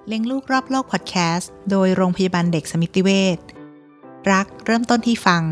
เลี้ยงลูกรอบโลกพอดแคสต์โดยโรงพยาบาลเด็กสมิติเวชรักเริ่มต้นที่ฟัง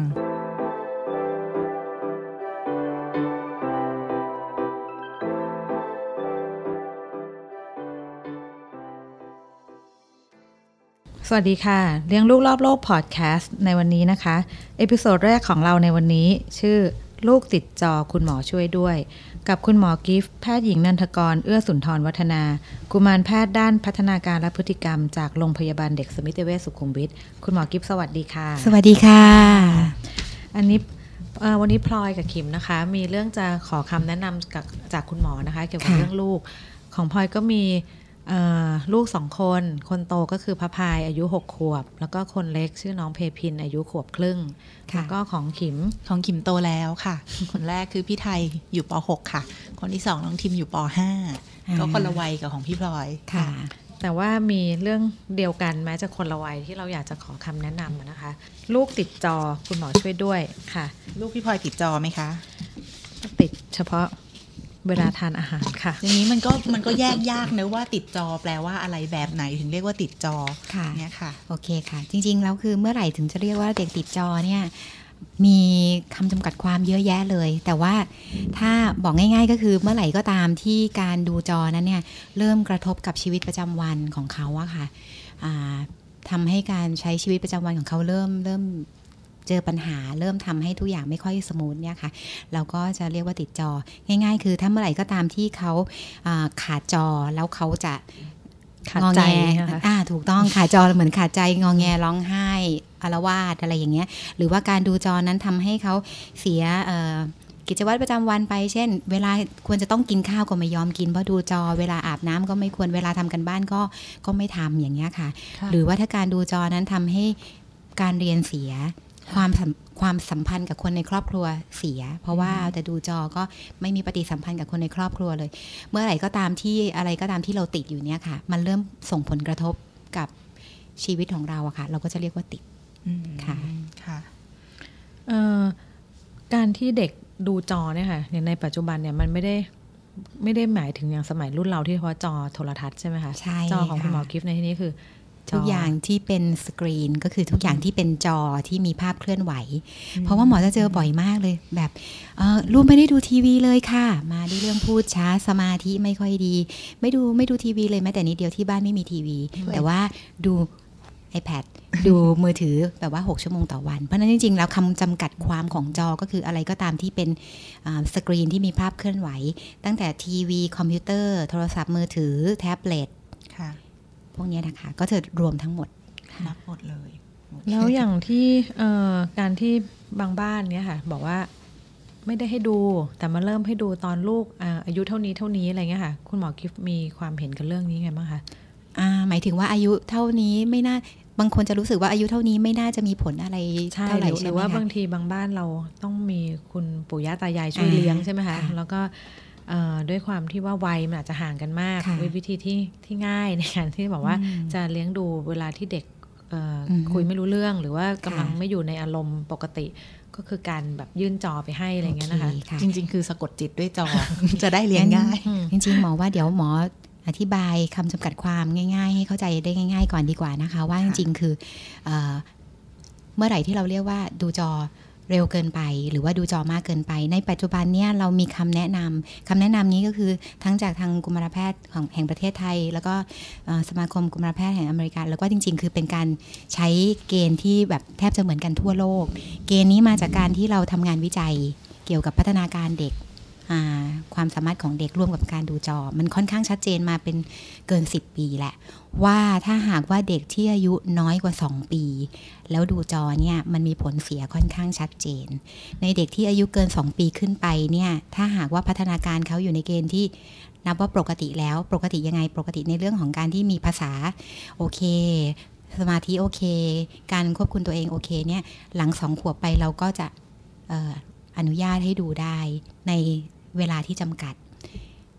สวัสดีค่ะเลี้ยงลูกรอบโลกพอดแคสต์ในวันนี้นะคะเอพิโซดแรกของเราในวันนี้ชื่อลูกติดจอคุณหมอช่วยด้วยกับคุณหมอกิฟต์แพทย์หญิงนันทกรเอื้อสุนทรวัฒนากุมารแพทย์ด้านพัฒนาการและพฤติกรรมจากโรงพยาบาลเด็กสมิติเวชสุขุมวิทคุณหมอกิฟต์สวัสดีค่ะสวัสดีค่ะอันนี้วันนี้พลอยกับขิมนะคะมีเรื่องจะขอคำแนะนำจากคุณหมอนะคะเกี่ยวกับเรื่องลูกของพลอยก็มีลูก2คนคนโตก็คือพระพายอายุ6ขวบแล้วก็คนเล็กชื่อน้องเพพินอายุขวบครึ่งแล้วก็ของขิมโตแล้วค่ะคนแรกคือพี่ไทยอยู่ป.6 ค่ะคนที่2น้องทิมอยู่ป.5 ก็คนละวัยกับของพี่พลอยค่ะแต่ว่ามีเรื่องเดียวกันแม้จะคนละวัยที่เราอยากจะขอคำแนะนำนะคะลูกติดจอคุณหมอช่วยด้วยค่ะลูกพี่พลอยติดจอไหมคะติดเฉพาะเวลาทานอาหารค่ะอย่างนี้มันก็แยกยากนะว่าติดจอแปลว่าอะไรแบบไหนถึงเรียกว่าติดจอเนี่ยค่ะโอเคค่ะจริงๆแล้วคือเมื่อไหร่ถึงจะเรียกว่าเด็กติดจอเนี่ยมีคำจำกัดความเยอะแยะเลยแต่ว่าถ้าบอกง่ายๆก็คือเมื่อไหร่ก็ตามที่การดูจอนั้นเนี่ยเริ่มกระทบกับชีวิตประจำวันของเขาอะค่ะทำให้การใช้ชีวิตประจำวันของเขาเริ่มเจอปัญหาเริ่มทำให้ทุกอย่างไม่ค่อยสมูทเนี่ยค่ะเราก็จะเรียกว่าติดจอง่ายๆคือถ้าเมื่อไหร่ก็ตามที่เขาขาดจอแล้วเขาจะขาดใจถูกต้องขาดจอเหมือนขาดใจงอแงร้องไห้อาละวาดอะไรอย่างเงี้ยหรือว่าการดูจอนั้นทำให้เขาเสียกิจวัตรประจำวันไปเช่นเวลาควรจะต้องกินข้าวก็ไม่ยอมกินเพราะดูจอเวลาอาบน้ำก็ไม่ควรเวลาทำกันบ้านก็ไม่ทำอย่างเงี้ยค่ะหรือว่าถ้าการดูจอนั้นทำให้การเรียนเสียความสัมพันธ์กับคนในครอบครัวเสียเพราะว่าแต่ดูจอก็ไม่มีปฏิสัมพันธ์กับคนในครอบครัวเลยเมื่อไหร่ก็ตามที่อะไรก็ตามที่เราติดอยู่เนี่ยค่ะมันเริ่มส่งผลกระทบกับชีวิตของเราอะค่ะเราก็จะเรียกว่าติดค่ะการที่เด็กดูจอเนี่ยค่ะในปัจจุบันเนี่ยมันไม่ได้หมายถึงอย่างสมัยรุ่นเราที่เฉพาะจอโทรทัศน์ใช่ไหมคะจอของคุณหมอกิฟต์ในที่นี้คือทุกอย่างที่เป็นสกรีนก็คือทุกอย่างที่เป็นจอที่มีภาพเคลื่อนไหวเพราะว่าหมอจะเจอบ่อยมากเลยแบบลูกไม่ได้ดูทีวีเลยค่ะมาด้วยเรื่องพูดช้าสมาธิไม่ค่อยดีไม่ดูทีวีเลยแม้แต่นิดเดียวที่บ้านไม่มีทีวีแต่ว่าดู iPad ดูมือถือแบบว่า6ชั่วโมงต่อวันเพราะนั้นจริงๆแล้วคำจำกัดความของจอก็คืออะไรก็ตามที่เป็นสกรีนที่มีภาพเคลื่อนไหวตั้งแต่ทีวีคอมพิวเตอร์โทรศัพท์มือถือแท็บเล็ตพวกนี้นะคะก็จะรวมทั้งหมดนับหมดเลยแล้วอย่างที่การที่บางบ้านเนี้ยค่ะบอกว่าไม่ได้ให้ดูแต่มาเริ่มให้ดูตอนลูกอายุเท่านี้อะไรเงี้ยค่ะคุณหมอกิฟต์มีความเห็นกับเรื่องนี้ไงบ้างคะหมายถึงว่าอายุเท่านี้ไม่น่าบางคนจะรู้สึกว่าอายุเท่านี้ไม่น่าจะมีผลอะไรเท่าไหร่หรือว่าบางทีบางบ้านเราต้องมีคุณปู่ย่าตายายช่วยเลี้ยงใช่ไหมคะแล้วก็ด้วยความที่ว่าวัยมันอาจจะห่างกันมากวิธีที่ง่ายในการที่บอกว่าจะเลี้ยงดูเวลาที่เด็กคุยไม่รู้เรื่องหรือว่ากำลังไม่อยู่ในอารมณ์ปกติก็คือการแบบยื่นจอไปให้อะไรเงี้ยนะคะจริงๆคือสะกดจิตด้วยจอ จะได้เลี้ยงง่ายจริงๆหมอว่าเดี๋ยวหมออธิบายคำจำกัดความง่ายๆให้เข้าใจได้ง่ายๆก่อนดีกว่านะคะว่าจริงๆคือเมื่อไหร่ที่เราเรียกว่าดูจอเร็วเกินไปหรือว่าดูจอมากเกินไปในปัจจุบันเนี่ยเรามีคำแนะนำนี้ก็คือทั้งจากทางกุมารแพทย์ของแห่งประเทศไทยแล้วก็สมาคมกุมารแพทย์แห่งอเมริกาแล้วก็จริงๆคือเป็นการใช้เกณฑ์ที่แบบแทบจะเหมือนกันทั่วโลกเกณฑ์นี้มาจากการที่เราทำงานวิจัยเกี่ยวกับพัฒนาการเด็กความสามารถของเด็กร่วมกับการดูจอมันค่อนข้างชัดเจนมาเป็นเกิน10 ปีแหละว่าถ้าหากว่าเด็กที่อายุน้อยกว่า2 ปีแล้วดูจอเนี่ยมันมีผลเสียค่อนข้างชัดเจนในเด็กที่อายุเกิน2 ปีขึ้นไปเนี่ยถ้าหากว่าพัฒนาการเขาอยู่ในเกณฑ์ที่นับว่าปกติแล้วปกติยังไงปกติในเรื่องของการที่มีภาษาโอเคสมาธิโอเคการควบคุมตัวเองโอเคเนี่ยหลัง2 ขวบไปเราก็จะอนุญาตให้ดูได้ในเวลาที่จำกัด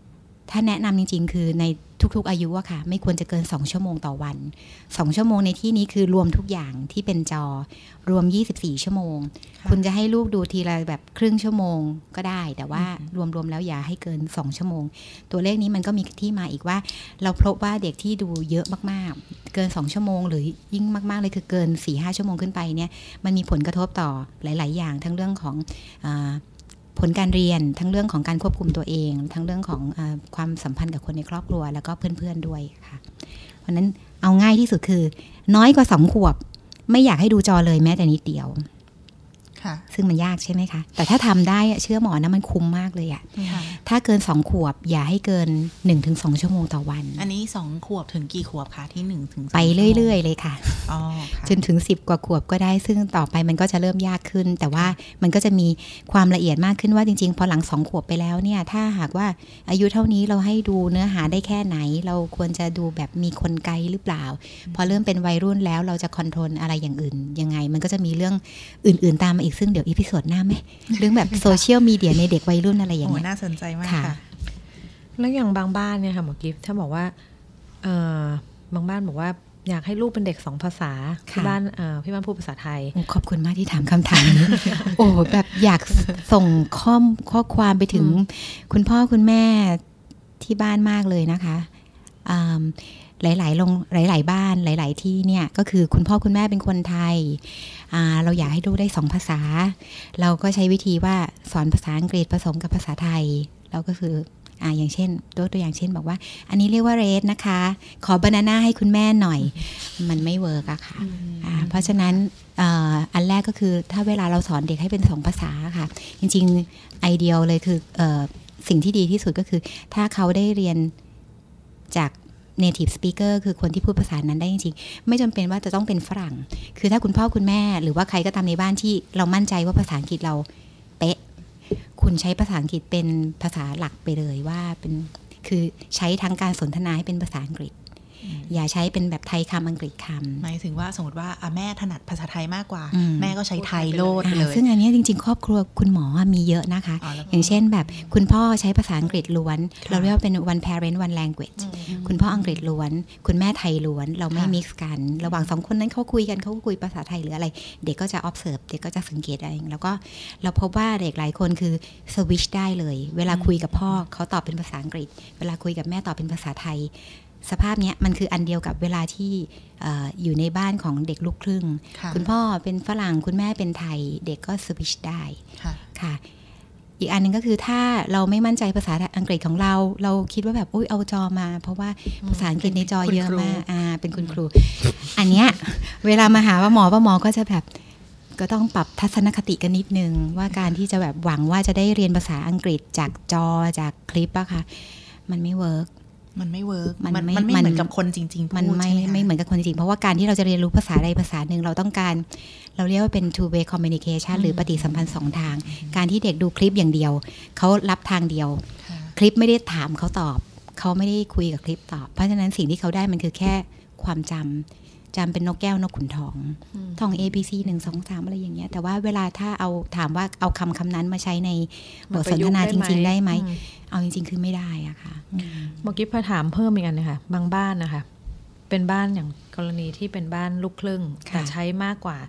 ถ้าแนะนำจริงๆคือในทุกๆอายุอะค่ะไม่ควรจะเกิน2ชั่วโมงต่อวัน2ชั่วโมงในที่นี้คือรวมทุกอย่างที่เป็นจอรวม24ชั่วโมงคุณจะให้ลูกดูทีละแบบครึ่งชั่วโมงก็ได้แต่ว่ารวมๆแล้วอย่าให้เกิน2ชั่วโมงตัวเลขนี้มันก็มีที่มาอีกว่าเราพบว่าเด็กที่ดูเยอะมากๆเกิน2ชั่วโมงหรือยิ่งมากๆเลยคือเกิน 4-5 ชั่วโมงขึ้นไปเนี่ยมันมีผลกระทบต่อหลายๆอย่างทั้งเรื่องของผลการเรียนทั้งเรื่องของการควบคุมตัวเองทั้งเรื่องของความสัมพันธ์กับคนในครอบครัวแล้วก็เพื่อนๆด้วยค่ะเพราะนั้นเอาง่ายที่สุดคือน้อยกว่า2 ขวบไม่อยากให้ดูจอเลยแม้แต่นิดเดียวซึ่งมันยากใช่ไหมคะแต่ถ้าทำได้เชื่อหมอนะมันคุ้มมากเลยอะถ้าเกิน2 ขวบอย่าให้เกิน 1-2 ชั่วโมงต่อวันอันนี้2 ขวบถึงกี่ขวบคะที่1 ถึงไปเรื่อยๆเลยค่ะจนถึง10 กว่าขวบก็ได้ซึ่งต่อไปมันก็จะเริ่มยากขึ้นแต่ว่ามันก็จะมีความละเอียดมากขึ้นว่าจริงๆพอหลัง2 ขวบไปแล้วเนี่ยถ้าหากว่าอายุเท่านี้เราให้ดูเนื้อหาได้แค่ไหนเราควรจะดูแบบมีกลไกหรือเปล่าพอเริ่มเป็นวัยรุ่นแล้วเราจะคอนโทรลอะไรอย่างอื่นยังไงมันก็จะมีเรื่องอื่นๆตามมาอีกซึ่งเดี๋ยวอีพิโซดหน้าไหมเรื่องแบบโซเชียลมีเดียในเด็กวัยรุ่นอะไรอย่างเงี้ยน่าสนใจมากค่ะแล้วอย่างบางบ้านเนี่ยค่ะหมอกิฟต์ถ้าบอกว่าบางบ้านบอกว่าอยากให้ลูกเป็นเด็ก2 ภาษาที่บ้านพี่บ้านพูดภาษาไทยขอบคุณมากที่ถามคำถามนี้ โอ้แบบอยากส่งข้อความไปถึงคุณพ่อคุณแม่ที่บ้านมากเลยนะคะหลายบ้านหลายที่เนี่ยก็คือคุณพ่อคุณแม่เป็นคนไทยเราอยากให้ลูกได้2 ภาษาเราก็ใช้วิธีว่าสอนภาษาอังกฤษผสมกับภาษาไทยเราก็คืออย่างเช่นตัวอย่างเช่นบอกว่าอันนี้เรียกว่าเรดนะคะขอบานาน่าให้คุณแม่หน่อยมันไม่เวิร์กอะค่ะเพราะฉะนั้นอันแรกก็คือถ้าเวลาเราสอนเด็กให้เป็น2 ภาษาค่ะจริงๆไอเดียเลยคือสิ่งที่ดีที่สุดก็คือถ้าเขาได้เรียนจาก native speaker คือคนที่พูดภาษานั้นได้จริงๆไม่จำเป็นว่าจะต้องเป็นฝรั่งคือถ้าคุณพ่อคุณแม่หรือว่าใครก็ตามในบ้านที่เรามั่นใจว่าภาษาอังกฤษเราเป๊ะคุณใช้ภาษาอังกฤษเป็นภาษาหลักไปเลยว่าเป็นคือใช้ทั้งการสนทนาให้เป็นภาษาอังกฤษอย่าใช้เป็นแบบไทยคำอังกฤษคำหมายถึงว่าสมมติว่าแม่ถนัดภาษาไทยมากกว่าแม่ก็ใช้ไทยโลดเลยซึ่งอันนี้จริงๆครอบครัวคุณหมอมีเยอะนะคะอย่างเช่นแบบคุณพ่อใช้ภาษาอังกฤษล้วนเราเรียกว่าเป็น one parent one language คุณพ่ออังกฤษล้วนคุณแม่ไทยล้วนเราไม่ mix กันระหว่าง2 คนนั้นเขาคุยกันเขาคุยภาษาไทยหรืออะไรเด็กก็จะ observe เด็กก็จะสังเกตเองแล้วก็เราพบว่าเด็กหลายคนคือ switch ได้เลยเวลาคุยกับพ่อเขาตอบเป็นภาษาอังกฤษเวลาคุยกับแม่ตอบเป็นภาษาไทยสภาพนี้มันคืออันเดียวกับเวลาที่อยู่ในบ้านของเด็กลูกครึ่งคุณพ่อเป็นฝรั่งคุณแม่เป็นไทยเด็กก็สวิชได้ค่ะอีกอันนึงก็คือถ้าเราไม่มั่นใจภาษาอังกฤษของเราคิดว่าแบบเอาจอมาเพราะว่าภาษาอังกฤษในจอเยอะมากเป็นคุณครูอันเนี้ยเวลามาหาว่าหมอก็จะแบบก็ต้องปรับทัศนคติกันนิดนึงว่าการที่จะแบบหวังว่าจะได้เรียนภาษาอังกฤษจากจอจากคลิปอะค่ะมันไม่เวิร์กมันไม่เวิร์กมันไม่เหมือนกับคนจริงๆมันไม่เหมือนกับคนจริงเพราะว่าการที่เราจะเรียนรู้ภาษาใดภาษาหนึ่งเราต้องการเราเรียกว่าเป็น two way communication หรือปฏิสัมพันธ์2 ทางการที่เด็กดูคลิปอย่างเดียวเขารับทางเดียวคลิปไม่ได้ถามเขาตอบเขาไม่ได้คุยกับคลิปตอบเพราะฉะนั้นสิ่งที่เขาได้มันคือแค่ความจำเป็นนกแก้วนกขุนทองท่อง ABC 1 2 3อะไรอย่างเงี้ยแต่ว่าเวลาถ้าเอาถามว่าเอาคำนั้นมาใช้ในบทสนทนาจริงๆได้ไหมเอาจริงๆคือไม่ได้อะค่ะเมื่อกี้พอถามเพิ่มอีกอันนะคะบางบ้านนะคะเป็นบ้านอย่างกรณีที่เป็นบ้านลูกครึ่งแต่ใช้มากกว่า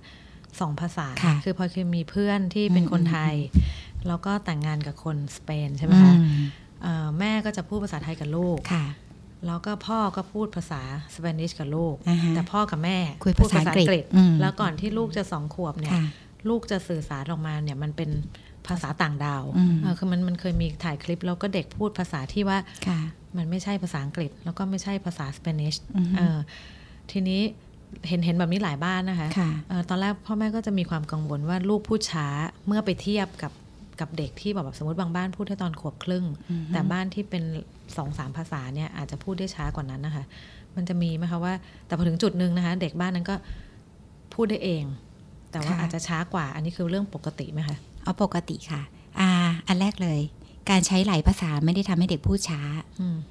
2 ภาษาคือพอคือมีเพื่อนที่เป็นคนไทยแล้วก็แต่งงานกับคนสเปนใช่ไหมคะแม่ก็จะพูดภาษาไทยกับลูกแล้วก็พ่อก็พูดภาษาสเปนิชกับลูกแต่พ่อกับแม่พูดภาษาอังกฤษแล้วก่อนที่ลูกจะ2 ขวบเนี่ยลูกจะสื่อสารออกมาเนี่ยมันเป็นภาษาต่างดาวคือมันเคยมีถ่ายคลิปแล้วก็เด็กพูดภาษาที่ว่ามันไม่ใช่ภาษาอังกฤษแล้วก็ไม่ใช่ภาษาสเปนิชทีนี้เห็นแบบนี้หลายบ้านนะคะตอนแรกพ่อแม่ก็จะมีความกังวลว่าลูกพูดช้าเมื่อไปเทียบกับเด็กที่แบบสมมติบางบ้านพูดได้ตอนขวบครึ่งแต่บ้านที่เป็น 2-3 ภาษาเนี่ยอาจจะพูดได้ช้ากว่านั้นนะคะมันจะมีไหมคะว่าแต่พอถึงจุดนึงนะคะเด็กบ้านนั้นก็พูดได้เองแต่ว่าอาจจะช้ากว่าอันนี้คือเรื่องปกติไหมคะเอาปกติค่ะอันแรกเลยการใช้หลายภาษาไม่ได้ทำให้เด็กพูดช้า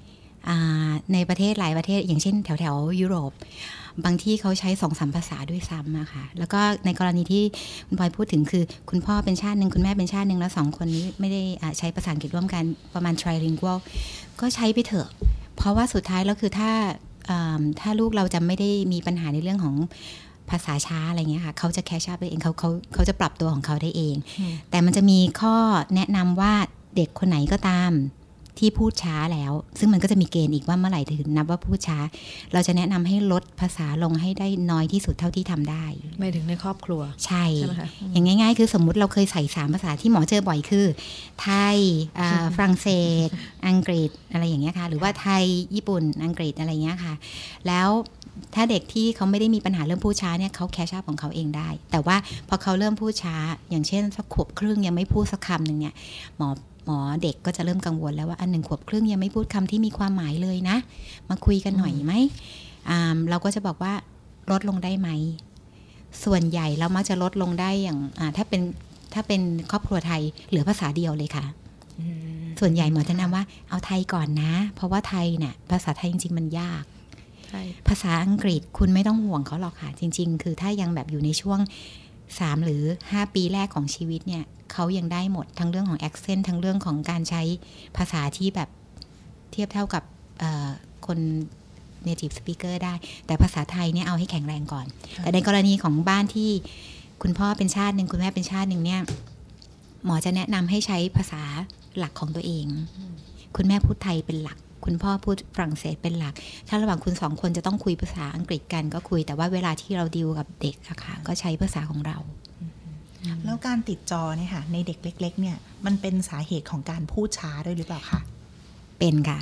ในประเทศหลายประเทศอย่างเช่นแถวยุโรปบางที่เขาใช้ 2-3 ภาษาด้วยซ้ำอะค่ะแล้วก็ในกรณีที่คุณพลอยพูดถึงคือคุณพ่อเป็นชาตินึงคุณแม่เป็นชาตินึงแล้ว2คนนี้ไม่ได้ใช้ภาษาอังกฤษร่วมกันประมาณ trilingual ก็ใช้ไปเถอะเพราะว่าสุดท้ายแล้วคือถ้าลูกเราจะไม่ได้มีปัญหาในเรื่องของภาษาช้าอะไรเงี้ยค่ะเขาจะแคชชัพได้เองเขาจะปรับตัวของเขาได้เองแต่มันจะมีข้อแนะนำว่าเด็กคนไหนก็ตามที่พูดช้าแล้วซึ่งมันก็จะมีเกณฑ์อีกว่าเมื่อไหร่ถึงนับว่าพูดช้าเราจะแนะนำให้ลดภาษาลงให้ได้น้อยที่สุดเท่าที่ทำได้ไม่ถึงในครอบครัวใช่ไหมคะอย่างง่ายๆคือสมมุติเราเคยใส่3ภาษาที่หมอเจอบ่อยคือไทยฝรั่งเศสอังกฤษอะไรอย่างเงี้ยค่ะหรือว่าไทยญี่ปุ่นอังกฤษอะไรเงี้ยค่ะแล้วถ้าเด็กที่เขาไม่ได้มีปัญหาเรื่องพูดช้าเนี่ยเขาแคชชัพของเขาเองได้แต่ว่าพอเขาเริ่มพูดช้าอย่างเช่นสักขวบครึ่งยังไม่พูดสักคำหนึ่งเนี่ยหมอเด็กก็จะเริ่มกังวลแล้วว่า1 ขวบครึ่งยังไม่พูดคำที่มีความหมายเลยนะมาคุยกันหน่อยไหมเราก็จะบอกว่าลดลงได้ไหมส่วนใหญ่เรามักจะลดลงได้อย่างถ้าเป็นครอบครัวไทยเหลือภาษาเดียวเลยค่ะส่วนใหญ่หมอจะแนะนำว่าเอาไทยก่อนนะเพราะว่าไทยเนี่ยภาษาไทยจริงๆมันยากภาษาอังกฤษคุณไม่ต้องห่วงเขาหรอกค่ะจริงๆคือถ้ายังแบบอยู่ในช่วง3 หรือ 5 ปีแรกของชีวิตเนี่ยเขายังได้หมดทั้งเรื่องของ accent ทั้งเรื่องของการใช้ภาษาที่แบบเทียบเท่ากับคน native speaker ได้แต่ภาษาไทยเนี่ยเอาให้แข็งแรงก่อนแต่ในกรณีของบ้านที่คุณพ่อเป็นชาตินึงคุณแม่เป็นชาตินึงเนี่ยหมอจะแนะนำให้ใช้ภาษาหลักของตัวเองคุณแม่พูดไทยเป็นหลักคุณพ่อพูดฝรั่งเศสเป็นหลักถ้าระหว่างคุณ2 คนจะต้องคุยภาษาอังกฤษกันก็คุยแต่ว่าเวลาที่เราดีลกับเด็กอะค่ะก็ใช้ภาษาของเราแล้วการติดจอเนี่ยค่ะในเด็กเล็กๆเนี่ยมันเป็นสาเหตุของการพูดช้าด้วยหรือเปล่าคะเป็นค่ะ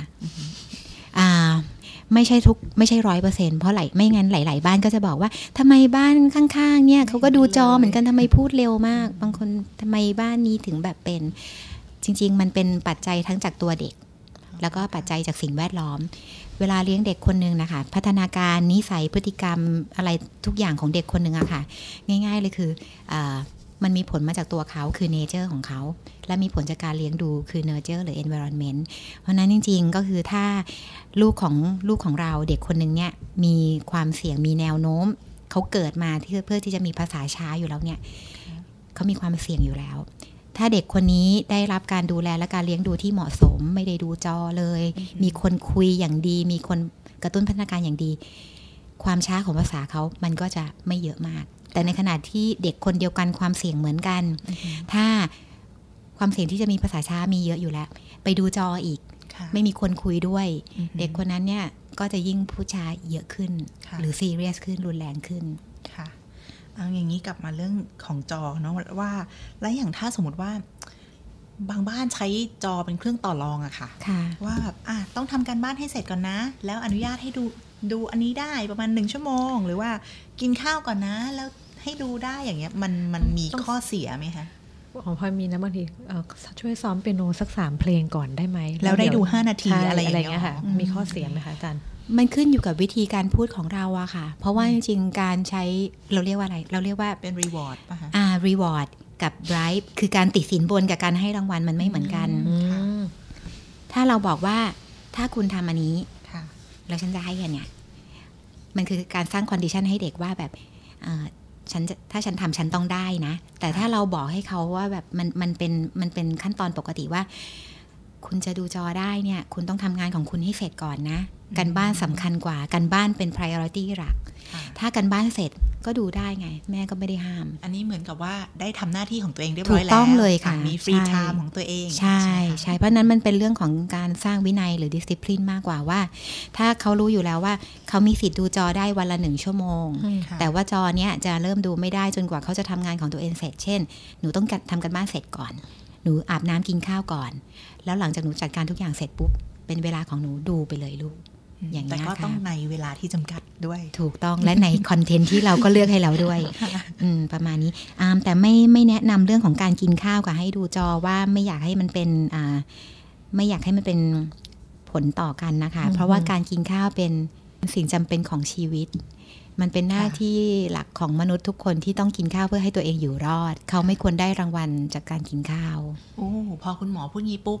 ไม่ใช่ 100%เพราะไม่งั้นหลายๆบ้านก็จะบอกว่าทำไมบ้านข้างๆเนี่ยเขาก็ดูจอเหมือนกันทำไมพูดเร็วมากบางคนทำไมบ้านนี้ถึงแบบเป็นจริงๆมันเป็นปัจจัยทั้งจากตัวเด็กแล้วก็ปัจจัยจากสิ่งแวดล้อมเวลาเลี้ยงเด็กคนนึงนะคะพัฒนาการนิสัยพฤติกรรมอะไรทุกอย่างของเด็กคนนึงอะค่ะง่ายๆเลยคือมันมีผลมาจากตัวเขาคือ nature ของเขาและมีผลจากการเลี้ยงดูคือ nurture หรือ environment เพราะนั้นจริงๆก็คือถ้าลูกของเราเด็กคนนึงเนี่ยมีความเสี่ยงมีแนวโน้มเขาเกิดมาเพื่อที่จะมีภาษาช้าอยู่แล้วเนี่ยเขามีความเสี่ยงอยู่แล้วถ้าเด็กคนนี้ได้รับการดูแลและการเลี้ยงดูที่เหมาะสมไม่ได้ดูจอเลยมีคนคุยอย่างดีมีคนกระตุ้นพัฒนาการอย่างดีความช้าของภาษาเขามันก็จะไม่เยอะมากแต่ในขณะที่เด็กคนเดียวกันความเสี่ยงเหมือนกันถ้าความเสี่ยงที่จะมีภาษาช้ามีเยอะอยู่แล้วไปดูจออีกไม่มีคนคุยด้วยเด็กคนนั้นเนี่ยก็จะยิ่งพูดช้าเยอะขึ้นหรือซีเรียสขึ้นรุนแรงขึ้นค่ะอย่างนี้กลับมาเรื่องของจอเนาะว่าแล้วอย่างถ้าสมมติว่าบางบ้านใช้จอเป็นเครื่องต่อรองอะค่ะว่าแบบต้องทำการบ้านให้เสร็จก่อนนะแล้วอนุญาตให้ดูอันนี้ได้ประมาณ1 ชั่วโมงหรือว่ากินข้าวก่อนนะแล้วให้ดูได้อย่างเงี้ยมันมีข้อเสียไหมคะของพลอยมีนะบางทีช่วยซ้อมเปียโนสัก3 เพลงก่อนได้ไหมแล้วได้ดู5 นาทีอะไรอย่างเงี้ยค่ะมีข้อเสียไหมคะอาจารย์มันขึ้นอยู่กับวิธีการพูดของเราอะค่ะเพราะว่าจริงๆการใช้เราเรียกว่าอะไรเราเรียกว่าเป็น reward ป่ะคะ reward กับ bribe คือการติดสินบนกับการให้รางวัลมันไม่เหมือนกันถ้าเราบอกว่าถ้าคุณทำอันนี้แล้วฉันจะให้กันเนี่ยมันคือการสร้าง condition ให้เด็กว่าแบบถ้าฉันทำฉันต้องได้นะแต่ถ้าเราบอกให้เขาว่าแบบมันเป็นขั้นตอนปกติว่าคุณจะดูจอได้เนี่ยคุณต้องทำงานของคุณให้เสร็จก่อนนะการบ้านสำคัญกว่าการบ้านเป็น priority หลักถ้าการบ้านเสร็จก็ดูได้ไงแม่ก็ไม่ได้ห้ามอันนี้เหมือนกับว่าได้ทำหน้าที่ของตัวเองเรียบร้อยแล้วถูกต้องเลยค่ะมี free time ของตัวเองใช่เพราะนั้นมันเป็นเรื่องของการสร้างวินัยหรือ discipline มากกว่าว่าถ้าเขารู้อยู่แล้วว่าเขามีสิทธิ์ดูจอได้วันละ1 ชั่วโมงแต่ว่าจอเนี้ยจะเริ่มดูไม่ได้จนกว่าเขาจะทำงานของตัวเองเสร็จเช่นหนูต้องทำการบ้านเสร็จก่อนหนูอาบน้ำกินข้าวก่อนแล้วหลังจากหนูจัดการทุกอย่างเสร็จปุ๊บเป็นเวลาของหนูดูไปเลยลูกอย่างนี้แต่ก็ต้องในเวลาที่จำกัดด้วยถูกต้องและในคอนเทนต์ที่เราก็เลือกให้เราด้วยประมาณนี้แต่ไม่แนะนำเรื่องของการกินข้าวกับให้ดูจอว่าไม่อยากให้มันเป็นไม่อยากให้มันเป็นผลต่อกันนะคะเพราะว่าการกินข้าวเป็นสิ่งจำเป็นของชีวิตมันเป็นหน้าที่หลักของมนุษย์ทุกคนที่ต้องกินข้าวเพื่อให้ตัวเองอยู่รอดเขาไม่ควรได้รางวัลจากการกินข้าวโอ้พอคุณหมอพูดงี้ปุ๊บ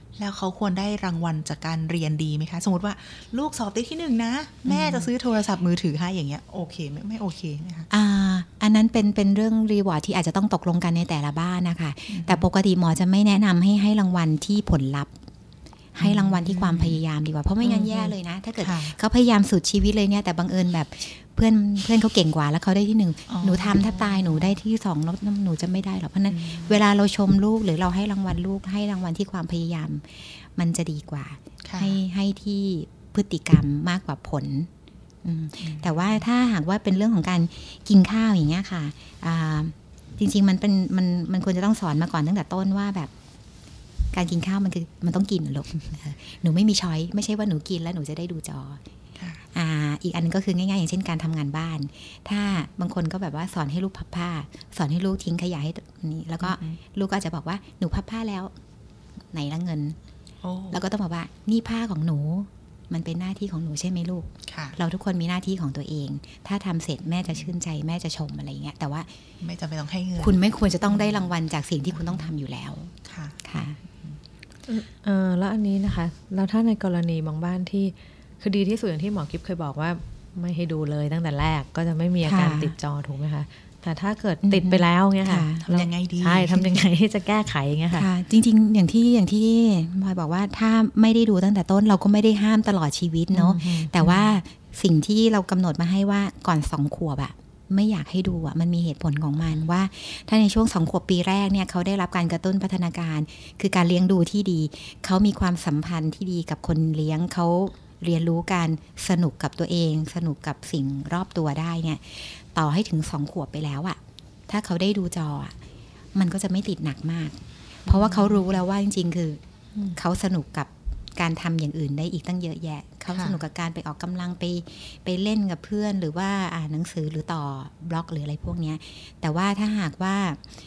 แล้วเขาควรได้รางวัลจากการเรียนดีไหมคะสมมติว่าลูกสอบได้ที่1นะแม่จะซื้อโทรศัพท์มือถือให้อย่างเงี้ยโอเคไม่โอเคนะคะอันนั้นเป็นเรื่องรีวอร์ดที่อาจจะต้องตกลงกันในแต่ละบ้านนะคะแต่ปกติหมอจะไม่แนะนำให้รางวัลที่ผลลัพธ์ให้รางวัลที่ความพยายามดีกว่าเพราะไม่งั้นแย่เลยนะถ้าเกิดเขาพยายามสุดชีวิตเลยเนี่ยแต่บังเอิญแบบเพื่อนเขาเก่งกว่าแล้วเขาได้ที่1หนูทำแทบตายหนูได้ที่2แล้วหนูจะไม่ได้หรอกเพราะนั้นเวลาเราชมลูกหรือเราให้รางวัลลูกให้รางวัลที่ความพยายามมันจะดีกว่าให้ที่พฤติกรรมมากกว่าผลแต่ว่าถ้าหากว่าเป็นเรื่องของการกินข้าวอย่างเงี้ยค่ะจริงๆมันควรจะต้องสอนมาก่อนตั้งแต่ต้นว่าแบบการกินข้าวมันต้องกินลูกหนูไม่มีช้อยไม่ใช่ว่าหนูกินแล้วหนูจะได้ดูจออีกอันนึงก็คือง่ายๆอย่างเช่นการทำงานบ้านถ้าบางคนก็แบบว่าสอนให้ลูกพับผ้าสอนให้ลูกทิ้งขยะให้นี่แล้วก็ลูกก็จะบอกว่าหนูพับผ้าแล้วไหนละเงินแล้วก็ต้องบอกว่านี่ผ้าของหนูมันเป็นหน้าที่ของหนูใช่ไหมลูกเราทุกคนมีหน้าที่ของตัวเองถ้าทำเสร็จแม่จะชื่นใจแม่จะชมอะไรเงี้ยแต่ว่าไม่จำเป็นต้องให้เงินคุณไม่ควรจะต้องได้รางวัลจากสิ่งที่คุณต้องทำอยู่แล้วค่ะแล้วอันนี้นะคะแล้วถ้าในกรณีบางบ้านที่คือดีที่สุดอย่างที่หมอกิฟเคยบอกว่าไม่ให้ดูเลยตั้งแต่แรกก็จะไม่มีอาการติดจอถูกไหมคะแต่ถ้าเกิดติดไปแล้วเงี้ยค่ะทำยังไงดีใช่ทำยังไงที่จะแก้ไขเงี้ยค่ะจริงๆอย่างที่พลอยบอกว่าถ้าไม่ได้ดูตั้งแต่ต้นเราก็ไม่ได้ห้ามตลอดชีวิตเนาะแต่ว่าสิ่งที่เรากำหนดมาให้ว่าก่อน2 ขวบอะไม่อยากให้ดูมันมีเหตุผลของมันว่าถ้าในช่วง2 ขวบปีแรกเนี่ยเขาได้รับการกระตุ้นพัฒนาการคือการเลี้ยงดูที่ดีเขามีความสัมพันธ์ที่ดีกับคนเลี้ยงเขาเรียนรู้การสนุกกับตัวเองสนุกกับสิ่งรอบตัวได้เนี่ยต่อให้ถึง2 ขวบไปแล้วอะถ้าเขาได้ดูจอมันก็จะไม่ติดหนักมากเพราะว่าเขารู้แล้วว่าจริงๆคือเขาสนุกกับการทำอย่างอื่นได้อีกตั้งเยอะแยะเขาสนุกกับการไปออกกำลังไปเล่นกับเพื่อนหรือว่าอ่านหนังสือหรือต่อบล็อกหรืออะไรพวกนี้แต่ว่าถ้าหากว่า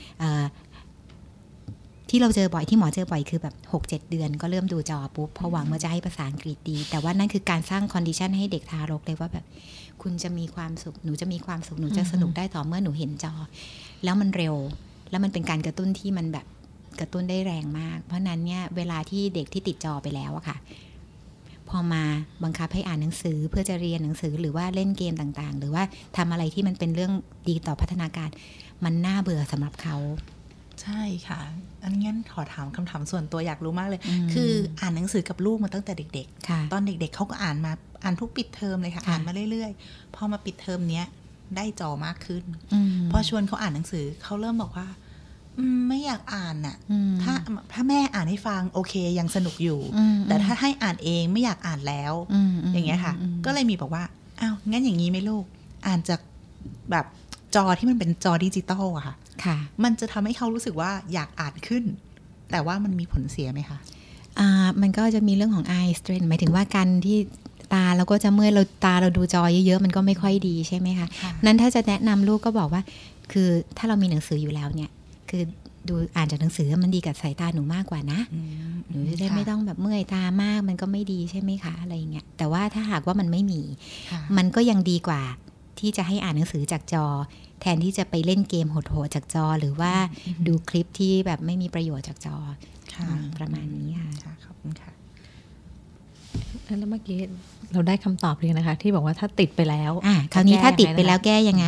ที่เราเจอบ่อยที่หมอเจอบ่อยคือแบบ 6-7 เดือนก็เริ่มดูจอปุ๊บเพราะหวังว่าจะให้ภาษาอังกฤษดีแต่ว่านั่นคือการสร้างคอนดิชันให้เด็กทารกเลยว่าแบบคุณจะมีความสุขหนูจะมีความสุขหนูจะสนุกได้ต่อเมื่อหนูเห็นจอแล้วมันเร็วแล้วมันเป็นการกระตุ้นที่มันแบบกระตุ้นได้แรงมากเพราะนั้นเนี่ยเวลาที่เด็กที่ติดจอไปแล้วอะค่ะพอมาบังคับให้อ่านหนังสือเพื่อจะเรียนหนังสือหรือว่าเล่นเกมต่างๆหรือว่าทำอะไรที่มันเป็นเรื่องดีต่อพัฒนาการมันน่าเบื่อสำหรับเขาใช่ค่ะอันนี้งั้นขอถามคำถามส่วนตัวอยากรู้มากเลยคืออ่านหนังสือกับลูกมาตั้งแต่เด็กๆตอนเด็กๆเขาก็อ่านทุกปิดเทอมเลยค่ะอ่านมาเรื่อยๆพอมาปิดเทอมเนี้ยได้จอมากขึ้นพอชวนเขาอ่านหนังสือเขาเริ่มบอกว่าไม่อยากอ่านน่ะถ้าแม่อ่านให้ฟังโอเคยังสนุกอยู่แต่ถ้าให้อ่านเองไม่อยากอ่านแล้วอย่างเงี้ยค่ะก็เลยมีบอกว่าอ้าวงั้นอย่างนี้ไหมลูกอ่านจากแบบจอที่มันเป็นจอดิจิตอลอะค่ะมันจะทำให้เขารู้สึกว่าอยากอ่านขึ้นแต่ว่ามันมีผลเสียไหมคะมันก็จะมีเรื่องของ eye strain หมายถึงว่าการที่ตาเราก็จะเมื่อยเราดูจอเยอะๆมันก็ไม่ค่อยดีใช่ไหมคะนั้นถ้าจะแนะนำลูกก็บอกว่าคือถ้าเรามีหนังสืออยู่แล้วเนี่ยคือดูอ่านจากหนังสือมันดีกับสายตาหนูมากกว่านะหนูจะได้ไม่ต้องแบบเมื่อยตามากมันก็ไม่ดีใช่ไหมคะอะไรอย่างเงี้ยแต่ว่าถ้าหากว่ามันไม่มีมันก็ยังดีกว่าที่จะให้อ่านหนังสือจากจอแทนที่จะไปเล่นเกมโหดๆจากจอหรือว่าดูคลิปที่แบบไม่มีประโยชน์จากจอประมาณนี้ค่ะขอบคุณค่ะแล้วเมื่อกี้เราได้คำตอบเลยนะคะที่บอกว่าถ้าติดไปแล้วคราวนี้ถ้าติดไปแล้วแก้ยังไง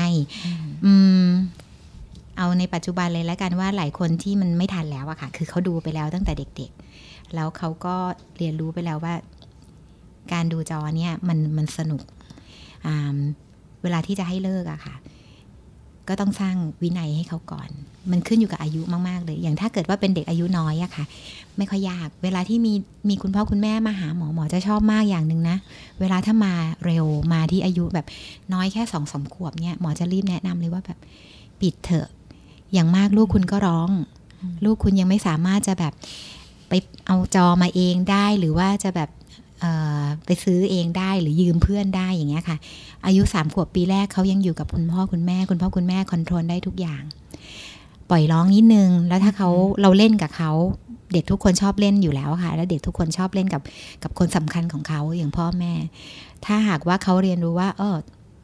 เอาในปัจจุบันเลยแล้วกันว่าหลายคนที่มันไม่ทันแล้วอะค่ะคือเขาดูไปแล้วตั้งแต่เด็กๆแล้วเขาก็เรียนรู้ไปแล้วว่าการดูจอเนี่ยมันสนุกเวลาที่จะให้เลิกอะค่ะก็ต้องสร้างวินัยให้เขาก่อนมันขึ้นอยู่กับอายุมากๆเลยอย่างถ้าเกิดว่าเป็นเด็กอายุน้อยอะค่ะไม่ค่อยยากเวลาที่มีคุณพ่อคุณแม่มาหาหมอจะชอบมากอย่างนึงนะเวลาถ้ามาเร็วมาที่อายุแบบน้อยแค่ 2-3 ขวบเนี่ยหมอจะรีบแนะนำเลยว่าแบบปิดเถอะอย่างมากลูกคุณก็ร้องลูกคุณยังไม่สามารถจะแบบไปเอาจอมาเองได้หรือว่าจะแบบไปซื้อเองได้หรือยืมเพื่อนได้อย่างเงี้ยค่ะอายุ3 ขวบปีแรกเขายังอยู่กับคุณพ่อคุณแม่คอนโทรลได้ทุกอย่างปล่อยร้องนิดนึงแล้วถ้าเราเล่นกับเขาเด็กทุกคนชอบเล่นอยู่แล้วค่ะแล้วเด็กทุกคนชอบเล่นกับคนสำคัญของเขาอย่างพ่อแม่ถ้าหากว่าเขาเรียนรู้ว่า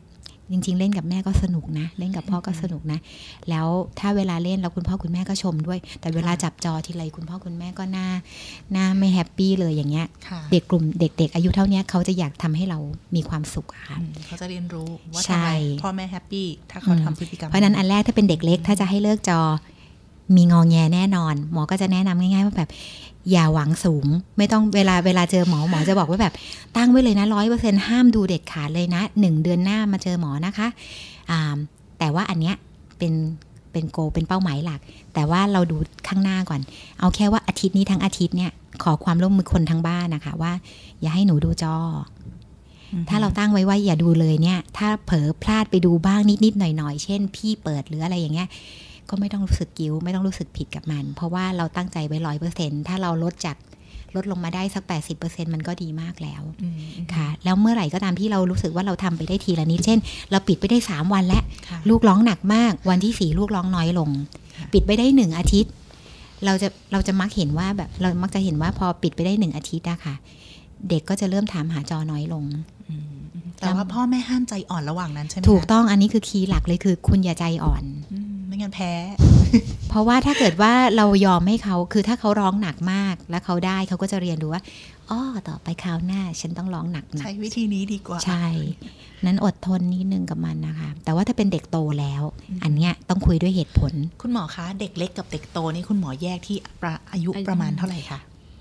จริงๆเล่นกับแม่ก็สนุกนะเล่นกับพ่อก็สนุกนะแล้วถ้าเวลาเล่นแล้วคุณพ่อคุณแม่ก็ชมด้วยแต่เวลาจับจอทีไรคุณพ่อคุณแม่ก็หน้าไม่แฮปปี้เลยอย่างเงี้ยเด็กกลุ่มเด็กๆอายุเท่านี้เขาจะอยากทำให้เรามีความสุขค่ะเขาจะเรียนรู้ว่าทำไมพ่อแม่แฮปปี้ถ้าเขาทำพฤติกรรมเพราะนั้นอันแรกถ้าเป็นเด็กเล็กถ้าจะให้เลิกจอมีงอแงแน่นอนหมอก็จะแนะนำง่ายๆว่าแบบอย่าหวังสูงไม่ต้องเวลาเจอหมอจะบอกว่าแบบตั้งไว้เลยนะ 100% ห้ามดูเด็ดขาดเลยนะ1เดือนหน้ามาเจอหมอนะคะแต่ว่าอันเนี้ยเป็นโกเป็นเป้าหมายหลักแต่ว่าเราดูข้างหน้าก่อนเอาแค่ว่าอาทิตย์นี้ทั้งอาทิตย์เนี่ยขอความร่วมมือคนทั้งบ้านนะคะว่าอย่าให้หนูดูจอถ้าเราตั้งไว้ว่าอย่าดูเลยเนี่ยถ้าเผลอพลาดไปดูบ้างนิดๆหน่อยๆเช่นพี่เปิดหรืออะไรอย่างเงี้ยก็ไม่ต้องรู้สึกกิ้วไม่ต้องรู้สึกผิดกับมันเพราะว่าเราตั้งใจไว้ 100% ถ้าเราลดลงมาได้สัก 80% มันก็ดีมากแล้วค่ะแล้วเมื่อไหร่ก็ตามที่เรารู้สึกว่าเราทำไปได้ทีละนิดเช่นเราปิดไปได้3วันแล้วลูกร้องหนักมากวันที่4ลูกร้องน้อยลงปิดไปได้1อาทิตย์เราจะมักเห็นว่าแบบเรามักจะเห็นว่าพอปิดไปได้1อาทิตย์อะค่ะเด็กก็จะเริ่มถามหาจอน้อยลงแต่ว่าพ่อแม่ห้ามใจอ่อนระหว่างนั้นใช่ไหมถูกต้องอันนี้คือคีย์หลักเลยคือคุณอย่าใจอ่อนไม่งั้นแพ้เพราะว่าถ้าเกิดว่าเรายอมให้เขาคือถ้าเขาร้องหนักมากแล้วเขาได้เขาก็จะเรียนรู้ว่าต่อไปคราวหน้าฉันต้องร้องหนักใช้วิธีนี้ดีกว่าใช่นั้นอดทนนิดนึงกับมันนะคะแต่ว่าถ้าเป็นเด็กโตแล้วอันเนี้ยต้องคุยด้วยเหตุผลคุณหมอคะเด็กเล็กกับเด็กโตนี่คุณหมอแยกที่อายุประมาณเท่าไหร่คะ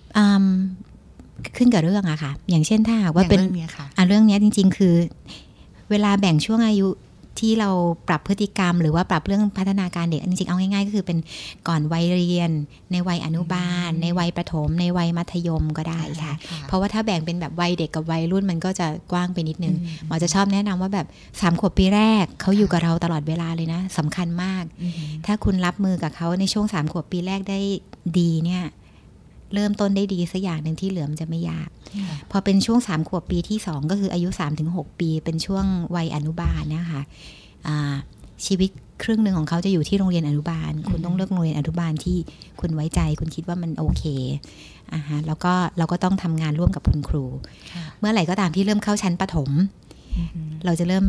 ขึ้นกับเรื่องอะค่ะอย่างเช่นถ้าว่าเป็นเรื่องนี้จริงๆคือเวลาแบ่งช่วงอายุที่เราปรับพฤติกรรมหรือว่าปรับเรื่องพัฒนาการเด็กจริงๆเอาง่ายๆก็คือเป็นก่อนวัยเรียนในวัยอนุบาลในวัยประถมในวัยมัธยมก็ได้ค่ะเพราะว่าถ้าแบ่งเป็นแบบวัยเด็กกับวัยรุ่นมันก็จะกว้างไปนิดนึงหมอจะชอบแนะนำว่าแบบ3 ขวบปีแรกเขาอยู่กับเราตลอดเวลาเลยนะสำคัญมากถ้าคุณรับมือกับเขาในช่วง3 ขวบปีแรกได้ดีเนี่ยเริ่มต้นได้ดีสักอย่างหนึ่งที่เหลือมันจะไม่ยากพอเป็นช่วง3 ขวบปีที่2ก็คืออายุ 3-6 ปีเป็นช่วงวัยอนุบาลนะคะชีวิตครึ่งหนึ่งของเขาจะอยู่ที่โรงเรียนอนุบาลคุณต้องเลือกโรงเรียนอนุบาลที่คุณไว้ใจคุณคิดว่ามันโอเคแล้วก็เราก็ต้องทำงานร่วมกับคุณครูเมื่อไหร่ก็ตามที่เริ่มเข้าชั้นประถมเราจะเริ่ม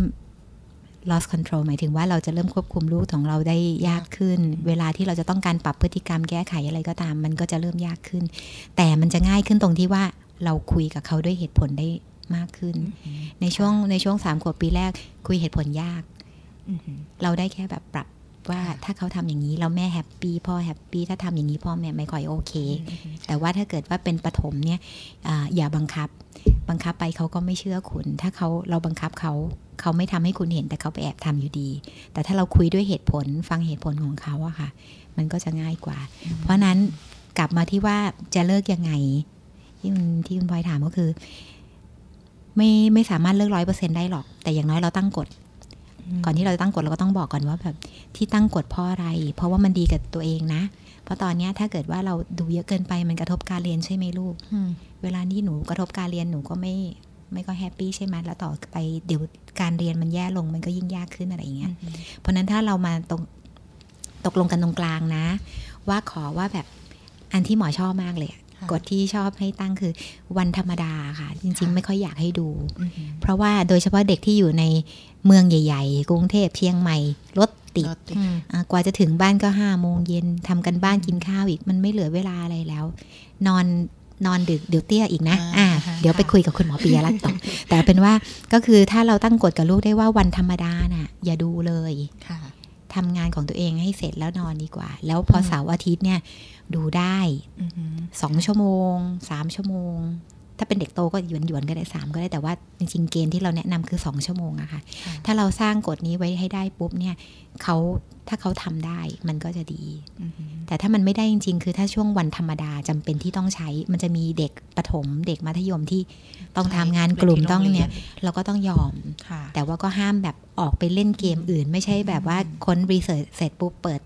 loss control หมายถึงว่าเราจะเริ่มควบคุมลูกของเราได้ยากขึ้นเวลาที่เราจะต้องการปรับพฤติกรรมแก้ไขอะไรก็ตามมันก็จะเริ่มยากขึ้นแต่มันจะง่ายขึ้นตรงที่ว่าเราคุยกับเขาด้วยเหตุผลได้มากขึ้นในช่วง3 ขวบปีแรกคุยเหตุผลยากเราได้แค่แบบปรับว่าถ้าเขาทำอย่างนี้แล้วแม่แฮปปี้พ่อแฮปปี้ถ้าทำอย่างนี้พ่อแม่ไม่ค่อยโอเคแต่ว่าถ้าเกิดว่าเป็นประถมเนี่ยอย่าบังคับไปเขาก็ไม่เชื่อคุณถ้าเราบังคับเขาไม่ทำให้คุณเห็นแต่เขาไปแอบทำอยู่ดีแต่ถ้าเราคุยด้วยเหตุผลฟังเหตุผลของเขาอะค่ะมันก็จะง่ายกว่าเพราะนั้นกลับมาที่ว่าจะเลิกยังไงที่คุณพลอยถามก็คือไม่สามารถเลิก 100% ได้หรอกแต่อย่างน้อยเราตั้งกฎก่อนที่เราจะตั้งกฎเราก็ต้องบอกก่อนว่าแบบที่ตั้งกฎเพราะอะไรเพราะว่ามันดีกับตัวเองนะเพราะตอนนี้ถ้าเกิดว่าเราดูเยอะเกินไปมันกระทบการเรียนใช่ไหมลูกเวลาที่หนูกระทบการเรียนหนูก็ไม่ก็แฮปปี้ใช่ไหมแล้วต่อไปเดี๋ยวการเรียนมันแย่ลงมันก็ยิ่งยากขึ้นอะไรอย่างเงี้ยเพราะนั้นถ้าเรามาตกลงกันตรงกลางนะว่าขอว่าแบบอันที่หมอชอบมากเลยกฎที่ชอบให้ตั้งคือวันธรรมดาค่ะจริงๆไม่ค่อยอยากให้ดูเพราะว่าโดยเฉพาะเด็กที่อยู่ในเมืองใหญ่ๆกรุงเทพเชียงใหม่รถติดกว่าจะถึงบ้านก็5 โมงเย็นทำกันบ้านกินข้าวอีกมันไม่เหลือเวลาอะไรแล้วนอนดึกเดี๋ยวเตี้ยอีกนะเดี๋ยวไปคุยกับคุณหมอปิยรัตน์ต่อแต่เป็นว่าก็คือถ้าเราตั้งกฎกับลูกได้ว่าวันธรรมดาน่ะอย่าดูเลยทำงานของตัวเองให้เสร็จแล้วนอนดีกว่าแล้วพอเสาร์อาทิตย์เนี่ยดูได้2 ชั่วโมง3 ชั่วโมงถ้าเป็นเด็กโตก็หยวนก็ได้3ก็ได้แต่ว่าจริงๆเกณฑ์ที่เราแนะนำคือ2 ชั่วโมงอะค่ะถ้าเราสร้างกฎนี้ไว้ให้ได้ปุ๊บเนี่ยถ้าเขาทำได้มันก็จะดีแต่ถ้ามันไม่ได้จริงๆคือถ้าช่วงวันธรรมดาจำเป็นที่ต้องใช้มันจะมีเด็กประถมเด็กมัธยมที่ต้องทำงานกลุ่มต้องเนี่ยเราก็ต้องยอมแต่ว่าก็ห้ามแบบออกไปเล่นเกมอื่นไม่ใช่แบบว่าค้นรีเสิร์ชเสร็จปุ๊บเปิด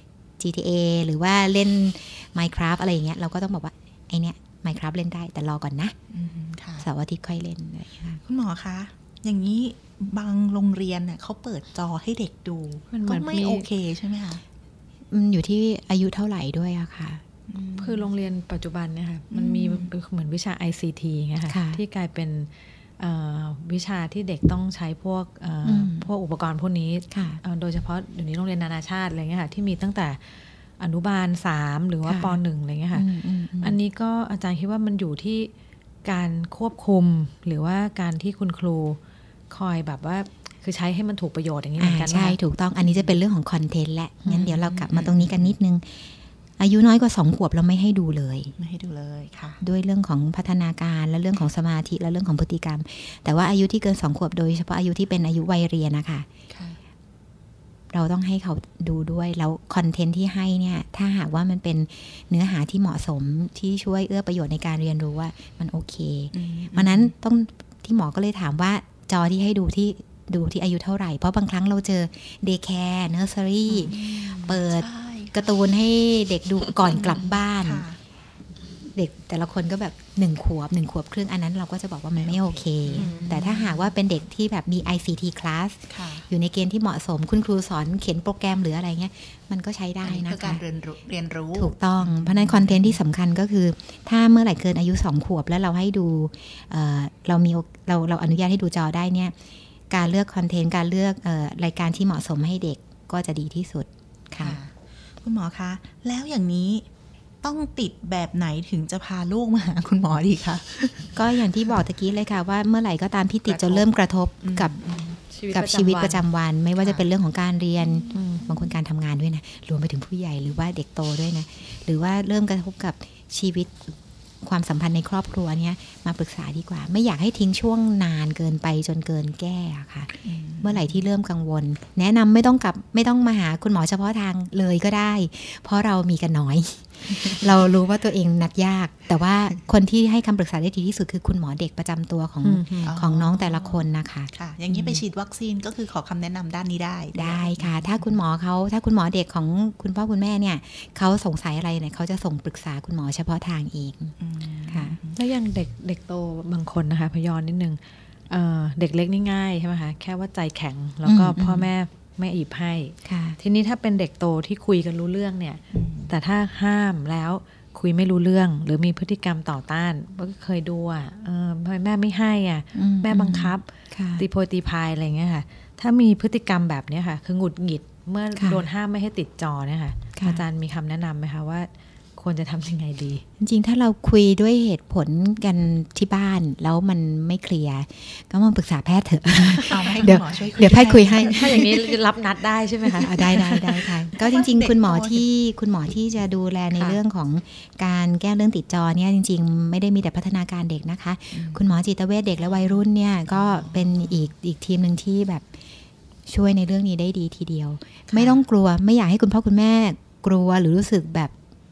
GTA หรือว่าเล่น Minecraft อะไรอย่างเงี้ยเราก็ต้องบอกว่าไอเนี้ย Minecraft เล่นได้แต่รอก่อนนะเสาร์อาทิตย์ค่อยเล่นอะไรอย่างเงี้ยคุณหมอคะอย่างนี้บางโรงเรียนเนี่ยเขาเปิดจอให้เด็กดูก็ไม่โอเคใช่ไหมคะอยู่ที่อายุเท่าไหร่ด้วยอะค่ะคือโรงเรียนปัจจุบันเนี่ยค่ะมันมีเหมือนวิชา ICT ไงค่ะที่กลายเป็นวิชาที่เด็กต้องใช้พวกอุปกรณ์พวกนี้โดยเฉพาะอยู่ในโรงเรียนนานาชาติอะไรเงี้ยค่ะที่มีตั้งแต่อนุบาล3หรือว่าป.1 อะไรเงี้ยค่ะอันนี้ก็อาจารย์คิดว่ามันอยู่ที่การควบคุมหรือว่าการที่คุณครูคอยแบบว่าคือใช้ให้มันถูกประโยชน์อย่างนี้เหมือนกันใช่ถูกต้องอันนี้จะเป็นเรื่องของคอนเทนต์แหละงั้นเดี๋ยวเรากลับมาตรงนี้กันนิดนึงอายุน้อยกว่า2 ขวบเราไม่ให้ดูเลยค่ะด้วยเรื่องของพัฒนาการและเรื่องของสมาธิและเรื่องของพฤติกรรมแต่ว่าอายุที่เกิน2 ขวบโดยเฉพาะอายุที่เป็นอายุวัยเรียนนะคะเราต้องให้เขาดูด้วยแล้วคอนเทนต์ที่ให้เนี่ยถ้าหากว่ามันเป็นเนื้อหาที่เหมาะสมที่ช่วยเอื้อประโยชน์ในการเรียนรู้ว่ามันโอเคเพราะนั้นต้องที่หมอก็เลยถามว่าจอที่ให้ดูที่อายุเท่าไหร่เพราะบางครั้งเราเจอเดย์แคร์เนอร์เซอรี่เปิดการ์ตูนให้เด็กดูก่อนกลับบ้านเด็กแต่ละคนก็แบบ1 ขวบครึ่งอันนั้นเราก็จะบอกว่ามันไม่โอเคแต่ถ้าหากว่าเป็นเด็กที่แบบมี ICT class อยู่ในเกณฑ์ที่เหมาะสมคุณครูสอนเขียนโปรแกรมหรืออะไรเงี้ยมันก็ใช้ได้นะคะการเรียนรู้ถูกต้องเพราะนั้นคอนเทนต์ที่สำคัญก็คือถ้าเมื่อไหร่เกินอายุ2 ขวบแล้วเราให้ดูเราอนุญาตให้ดูจอได้เนี่ยการเลือกคอนเทนต์การเลือกรายการที่เหมาะสมให้เด็กก็จะดีที่สุดค่ะคุณหมอคะแล้วอย่างนี้ต้องติดแบบไหนถึงจะพาลูกมาหาคุณหมอดีคะก็อย่างที่บอกตะกี้เลยค่ะว่าเมื่อไหร่ก็ตามที่ติดจะเริ่มกระทบกับชีวิตประจำวันไม่ว่าจะเป็นเรื่องของการเรียนบางคนการทำงานด้วยนะรวมไปถึงผู้ใหญ่หรือว่าเด็กโตด้วยนะหรือว่าเริ่มกระทบกับชีวิตความสัมพันธ์ในครอบครัวเนี่ยมาปรึกษาดีกว่าไม่อยากให้ทิ้งช่วงนานเกินไปจนเกินแก้ค่ะเมื่อไหร่ที่เริ่มกังวลแนะนำไม่ต้องมาหาคุณหมอเฉพาะทางเลยก็ได้เพราะเรามีกันน้อย เรารู้ว่าตัวเองนัดยากแต่ว่าคนที่ให้คำปรึกษาได้ดีที่สุดคือคุณหมอเด็กประจำตัวของน้องแต่ละคนนะคะค่ะอย่างนี้ไปฉีดวัคซีนก็คือขอคำแนะนำด้านนี้ได้ค่ะถ้าคุณหมอเด็กของคุณพ่อคุณแม่เนี่ยเขาสงสัยอะไรเนี่ยเขาจะส่งปรึกษาคุณหมอเฉพาะทางเองค่ะแล้วอย่างเด็กโตบางคนนะคะพย้อนนิดนึงเด็กเล็กนี่ง่ายใช่ไหมคะแค่ว่าใจแข็งแล้วก็พ่อแม่ไม่หยิบให้ทีนี้ถ้าเป็นเด็กโตที่คุยกันรู้เรื่องเนี่ยแต่ถ้าห้ามแล้วคุยไม่รู้เรื่องหรือมีพฤติกรรมต่อต้านก็เคยดูแม่ไม่ให้แม่บังคับตีโพยตีพายอะไรเงี้ยค่ะถ้ามีพฤติกรรมแบบนี้ค่ะคือหงุดหงิดเมื่อโดนห้ามไม่ให้ติดจอเนี่ยค่ะอาจารย์มีคำแนะนำไหมคะว่าควรจะทำยังไงดีจริงๆถ้าเราคุยด้วยเหตุผลกันที่บ้านแล้วมันไม่เคลียร์ก็มาปรึกษาแพทย์เถอะเดี๋ยวแพทย์คุยให้ถ้าอย่างนี้รับนัดได้ใช่ไหมคะได้ค่ะก็จริงๆคุณหมอที่จะดูแลในเรื่องของการแก้เรื่องติดจอเนี่ยจริงๆไม่ได้มีแต่พัฒนาการเด็กนะคะคุณหมอจิตเวชเด็กและวัยรุ่นเนี่ยก็เป็นอีกทีมนึงที่แบบช่วยในเรื่องนี้ได้ดีทีเดียวไม่ต้องกลัวไม่อยากให้คุณพ่อคุณแม่กลัวหรือรู้สึกแบบ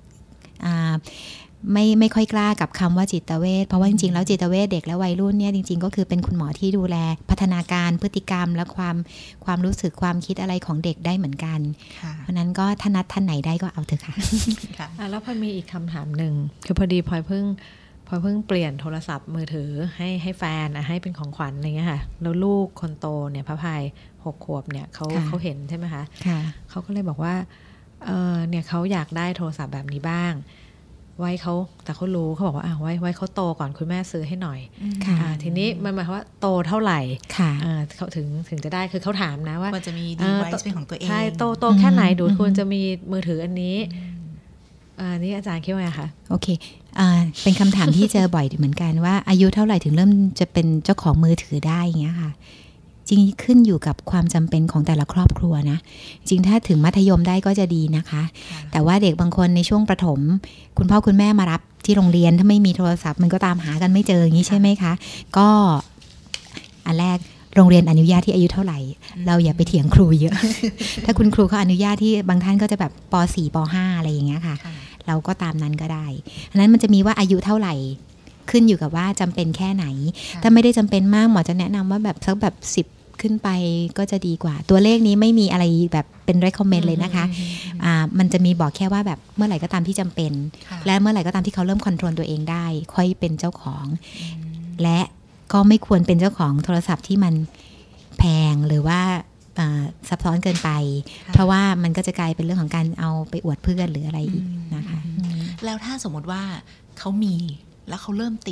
ไม่ค่อยกล้ากับคำว่าจิตเวชเพราะว่าจริงๆแล้วจิตเวชเด็กและวัยรุ่นเนี่ยจริงๆก็คือเป็นคุณหมอที่ดูแลพัฒนาการพฤติกรรมและความรู้สึกความคิดอะไรของเด็กได้เหมือนกันเพราะนั้นก็ถ้านัดท่านไหนได้ก็เอาเถอะค่ะแล้วพอมีอีกคำถามหนึ่งคือพอดีพลอยเพิ่งเปลี่ยนโทรศัพท์มือถือให้แฟนให้เป็นของขวัญอะไรเงี้ยค่ะแล้วลูกคนโตเนี่ยพระพาย6 ขวบเนี่ยเขาเห็นใช่ไหมคะเขาก็เลยบอกว่าเนี่ยเขาอยากได้โทรศัพท์แบบนี้บ้างไว้เขาแต่เขารู้เขาบอกว่าไว้เขาโตก่อนคุณแม่ซื้อให้หน่อยทีนี้มันหมายความว่าโตเท่าไหร่เขาถึงจะได้คือเขาถามนะว่ามันจะมี device เป็นของตัวเองใช่โตแค่ไหนดูควรจะมีมือถืออันนี้นี่อาจารย์คิดว่าไงคะโอเคเป็นคำถามที่เจอบ่อยเหมือนกันว่าอายุเท่าไหร่ถึงเริ่มจะเป็นเจ้าของมือถือได้อย่างเงี้ยค่ะจริงขึ้นอยู่กับความจำเป็นของแต่ละครอบครัวนะจริงถ้าถึงมัธยมได้ก็จะดีนะคะแต่ว่าเด็กบางคนในช่วงประถมคุณพ่อคุณแม่มารับที่โรงเรียนถ้าไม่มีโทรศัพท์มันก็ตามหากันไม่เจออย่างนี้ใช่ไหมคะก็อันแรกโรงเรียนอนุญาตที่อายุเท่าไหร่เราอย่าไปเถียงครูเยอะ ถ้าคุณครูเขาอนุญาตที่บางท่านก็จะแบบป.4 ป.5 อะไรอย่างเงี้ยค่ะเราก็ตามนั้นก็ได้อันนั้นมันจะมีว่าอายุเท่าไหร่ขึ้นอยู่กับว่าจำเป็นแค่ไหนถ้าไม่ได้จำเป็นมากหมอจะแนะนำว่าแบบสักแบบ10ขึ้นไปก็จะดีกว่าตัวเลขนี้ไม่มีอะไรแบบเป็น recommend เลยนะคะมันจะมีบอกแค่ว่าแบบเมื่อไหร่ก็ตามที่จำเป็นและเมื่อไหร่ก็ตามที่เขาเริ่มคอนโทรลตัวเองได้ค่อยเป็นเจ้าของและก็ไม่ควรเป็นเจ้าของโทรศัพท์ที่มันแพงหรือว่าซับซ้อนเกินไปเพราะว่ามันก็จะกลายเป็นเรื่องของการเอาไปอวดเพื่อนหรืออะไรอีกนะคะแล้วถ้าสมมติว่าเขามีแล้วเขาเริ่มติด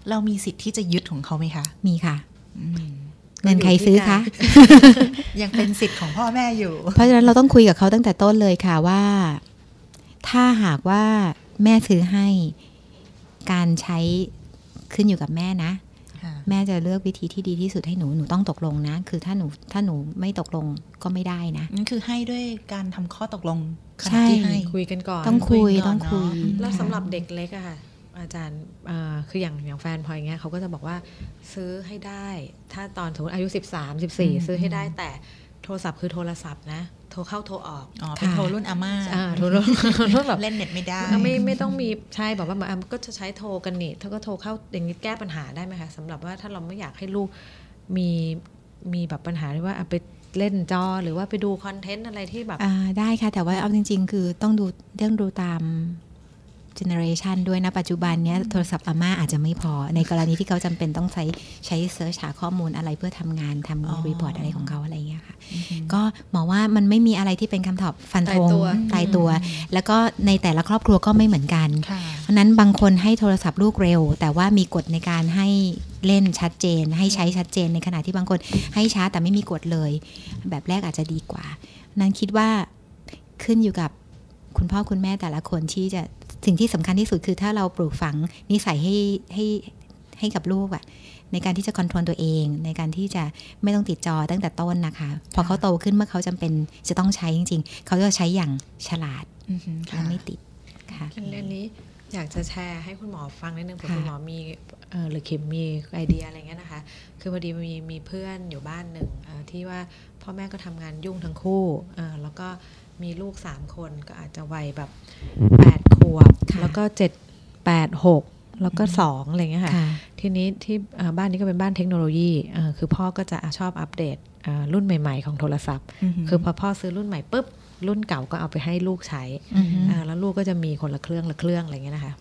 เรามีสิทธิ์ที่จะยึดของเขาไหมคะมีค่ะเงินใครซื้อคะยังเป็นสิทธิ์ของพ่อแม่อยู่เพราะฉะนั้นเราต้องคุยกับเขาตั้งแต่ต้นเลยค่ะว่าถ้าหากว่าแม่ซื้อให้การใช้ขึ้นอยู่กับแม่นะแม่จะเลือกวิธีที่ดีที่สุดให้หนูต้องตกลงนะคือถ้าหนูไม่ตกลงก็ไม่ได้นะนั่นคือให้ด้วยการทำข้อตกลงใช่คุยกันก่อนต้องคุยแล้วสำหรับเด็กเล็กอะค่ะอาจารย์คืออย่างแฟนพลอยอย่างเงี้ยเขาก็จะบอกว่าซื้อให้ได้ถ้าตอนสมมติอายุ13-14ซื้อให้ได้แต่โทรศัพท์คือโทรศัพท์นะโทรเข้าโทรออกเป็นโทรรุ่นอาม่าโทรรุ่นแบบเล่นเน็ตไม่ได้ไม่ต้องมีใช่บอกว่าก็จะใช้โทรกันนี่ถ้าก็โทรเข้าอย่างนี้แก้ปัญหาได้ไหมคะสำหรับว่าถ้าเราไม่อยากให้ลูกมีแบบปัญหาที่ว่าไปเล่นจอหรือว่าไปดูคอนเทนต์อะไรที่แบบได้ค่ะแต่ว่าเอาจริงๆคือต้องดูตามเจเนอเรชันด้วยนะปัจจุบันนี้โทรศัพท์อาม่าอาจจะไม่พอในกรณีที่เขาจำเป็นต้องใช้เสิร์ชหาข้อมูลอะไรเพื่อทำงานทำรีพอร์ตอะไรของเขาอะไรอย่างเงี้ยค่ะก็หมอว่ามันไม่มีอะไรที่เป็นคำตอบฟันธงตายตัวแล้วก็ในแต่ละครอบครัวก็ไม่เหมือนกันเพราะนั้นบางคนให้โทรศัพท์ลูกเร็วแต่ว่ามีกฎในการให้เล่นชัดเจนให้ใช้ชัดเจนในขณะที่บางคนให้ช้าแต่ไม่มีกฎเลยแบบแรกอาจจะดีกว่านั้นคิดว่าขึ้นอยู่กับคุณพ่อคุณแม่แต่ละคนที่จะสิ่งที่สำคัญที่สุดคือถ้าเราปลูกฝังนิสัยให้กับลูกอะในการที่จะคอนโทรลตัวเองในการที่จะไม่ต้องติดจอตั้งแต่ต้นนะคะพอเขาโตขึ้นเมื่อเขาจำเป็นจะต้องใช้จริงๆเขาจะใช้อย่างฉลาดและไม่ติดค่ะเรื่องนี้อยากจะแชร์ให้คุณหมอฟังนิดนึงเผื่อคุณหมอมีหรือคิมมีไอเดียอะไรเงี้ยนะคะคือพอดีมีเพื่อนอยู่บ้านหนึ่งที่ว่าพ่อแม่ก็ทำงานยุ่งทั้งคู่แล้วก็มีลูก3คนก็อาจจะวัยแบบ8 ขวบแล้วก็7 8 6แล้วก็2อะไรเงี้ยค่ะทีนี้ที่บ้านนี้ก็เป็นบ้านเทคโนโลยีคือพ่อก็จะชอบอัปเดตรุ่นใหม่ๆของโทรศัพท์คือพอพ่อซื้อรุ่นใหม่ปุ๊บรุ่นเก่าก็เอาไปให้ลูกใช้แล้วลูกก็จะมีคนละเครื่องอะไรเงี้ยนะคะ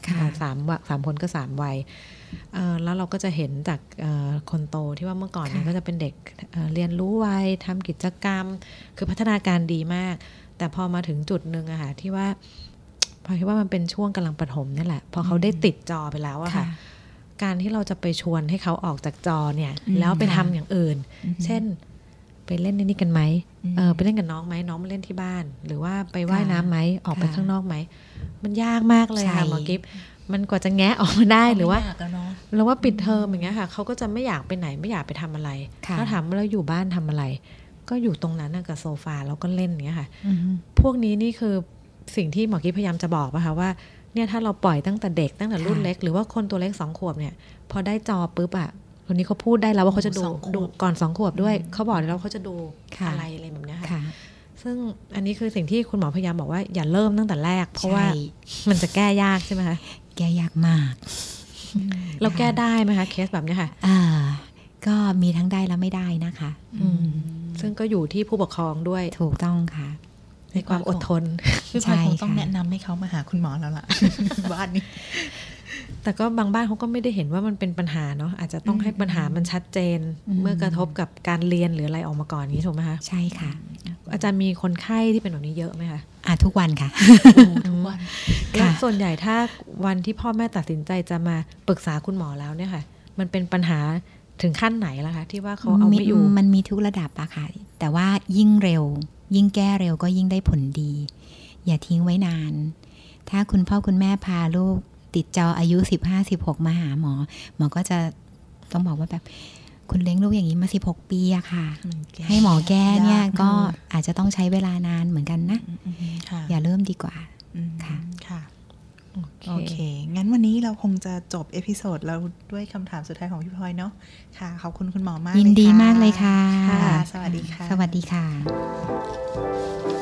3 คนก็3 วัยแล้วเราก็จะเห็นจากคนโตที่ว่าเมื่อก่อนเนี่ยก็จะเป็นเด็กเรียนรู้ไวทำกิจกรรมคือพัฒนาการดีมากแต่พอมาถึงจุดนึงอะค่ะที่ว่าพอคิดว่ามันเป็นช่วงกำลังประถมนี่แหละพอเขาได้ติดจอไปแล้วอะค่ะการที่เราจะไปชวนให้เขาออกจากจอเนี่ยแล้วไปทำอย่างอื่นเช่นไปเล่นนี่กันไหมไปเล่นกับน้องไหมน้องมาเล่นที่บ้านหรือว่าไปว่ายน้ำไหมออกไปข้างนอกไหมมันยากมากเลยค่ะหมอกิฟมันกว่าจะแงะออกมาได้หรือว่าเราว่าปิดเทอมอย่างเงี้ยค่ะเขาก็จะไม่อยากไปไหนไม่อยากไปทำอะไรถ้าถามว่าเราอยู่บ้านทำอะไรก็อยู่ตรงนั้นกับโซฟาแล้วก็เล่นอย่างเงี้ยค่ะพวกนี้นี่คือสิ่งที่หมอกิ๊พยายามจะบอกนะคะว่าเนี่ยถ้าเราปล่อยตั้งแต่เด็กตั้งแต่รุ่นเล็กหรือว่าคนตัวเล็ก2 ขวบเนี่ยพอได้จอปุ๊บอะคนนี้เขาพูดได้แล้วว่าเขาจะดูก่อน2 ขวบด้วยเขาบอกแล้วเขาจะดูอะไรแบบนี้ค่ะซึ่งอันนี้คือสิ่งที่คุณหมอพยายามบอกว่าอย่าเริ่มตั้งแต่แรกเพราะว่ามันจะแก้ยากใช่ไหมคะแก้ยากมากเราแก้ได้ไหมคะเคสแบบนี้ค่ะก็มีทั้งได้และไม่ได้นะคะซึ่งก็อยู่ที่ผู้ปกครองด้วยถูกต้องค่ะในความอดทนใช่คงต้องแนะนำให้เขามาหาคุณหมอแล้วล่ะบ้านนี้แต่ก็บางบ้านเขาก็ไม่ได้เห็นว่ามันเป็นปัญหาเนาะอาจจะต้องให้ปัญหามันชัดเจนเมื่อกระทบกับการเรียนหรืออะไรออกมาก่อนนี้ถูกไหมคะใช่ค่ะอาจารย์มีคนไข้ที่เป็นแบบนี้เยอะไหมคะทุกวันค่ะทุกวันแล้วส่วนใหญ่ถ้าวันที่พ่อแม่ตัดสินใจจะมาปรึกษาคุณหมอแล้วเนี่ยค่ะมันเป็นปัญหาถึงขั้นไหนล่ะคะที่ว่าเขาเอาไม่อยู่มันมีทุกระดับอะค่ะแต่ว่ายิ่งเร็วยิ่งแก้เร็วก็ยิ่งได้ผลดีอย่าทิ้งไว้นานถ้าคุณพ่อคุณแม่พาลูกติดจออายุ15-16มาหาหมอก็จะต้องบอกว่าแบบคุณเลี้ยงลูกอย่างนี้มา16 ปีอะค่ะให้หมอแก้เนี่ยก็อาจจะต้องใช้เวลานานเหมือนกันนะอย่าเริ่มดีกว่าค่ะโอเคงั้นวันนี้เราคงจะจบเอพิโซดเราด้วยคำถามสุดท้ายของพี่พลอยเนาะค่ะขอบคุณคุณหมอมากยินดีมากเลยค่ะสวัสดีค่ะสวัสดีค่ะ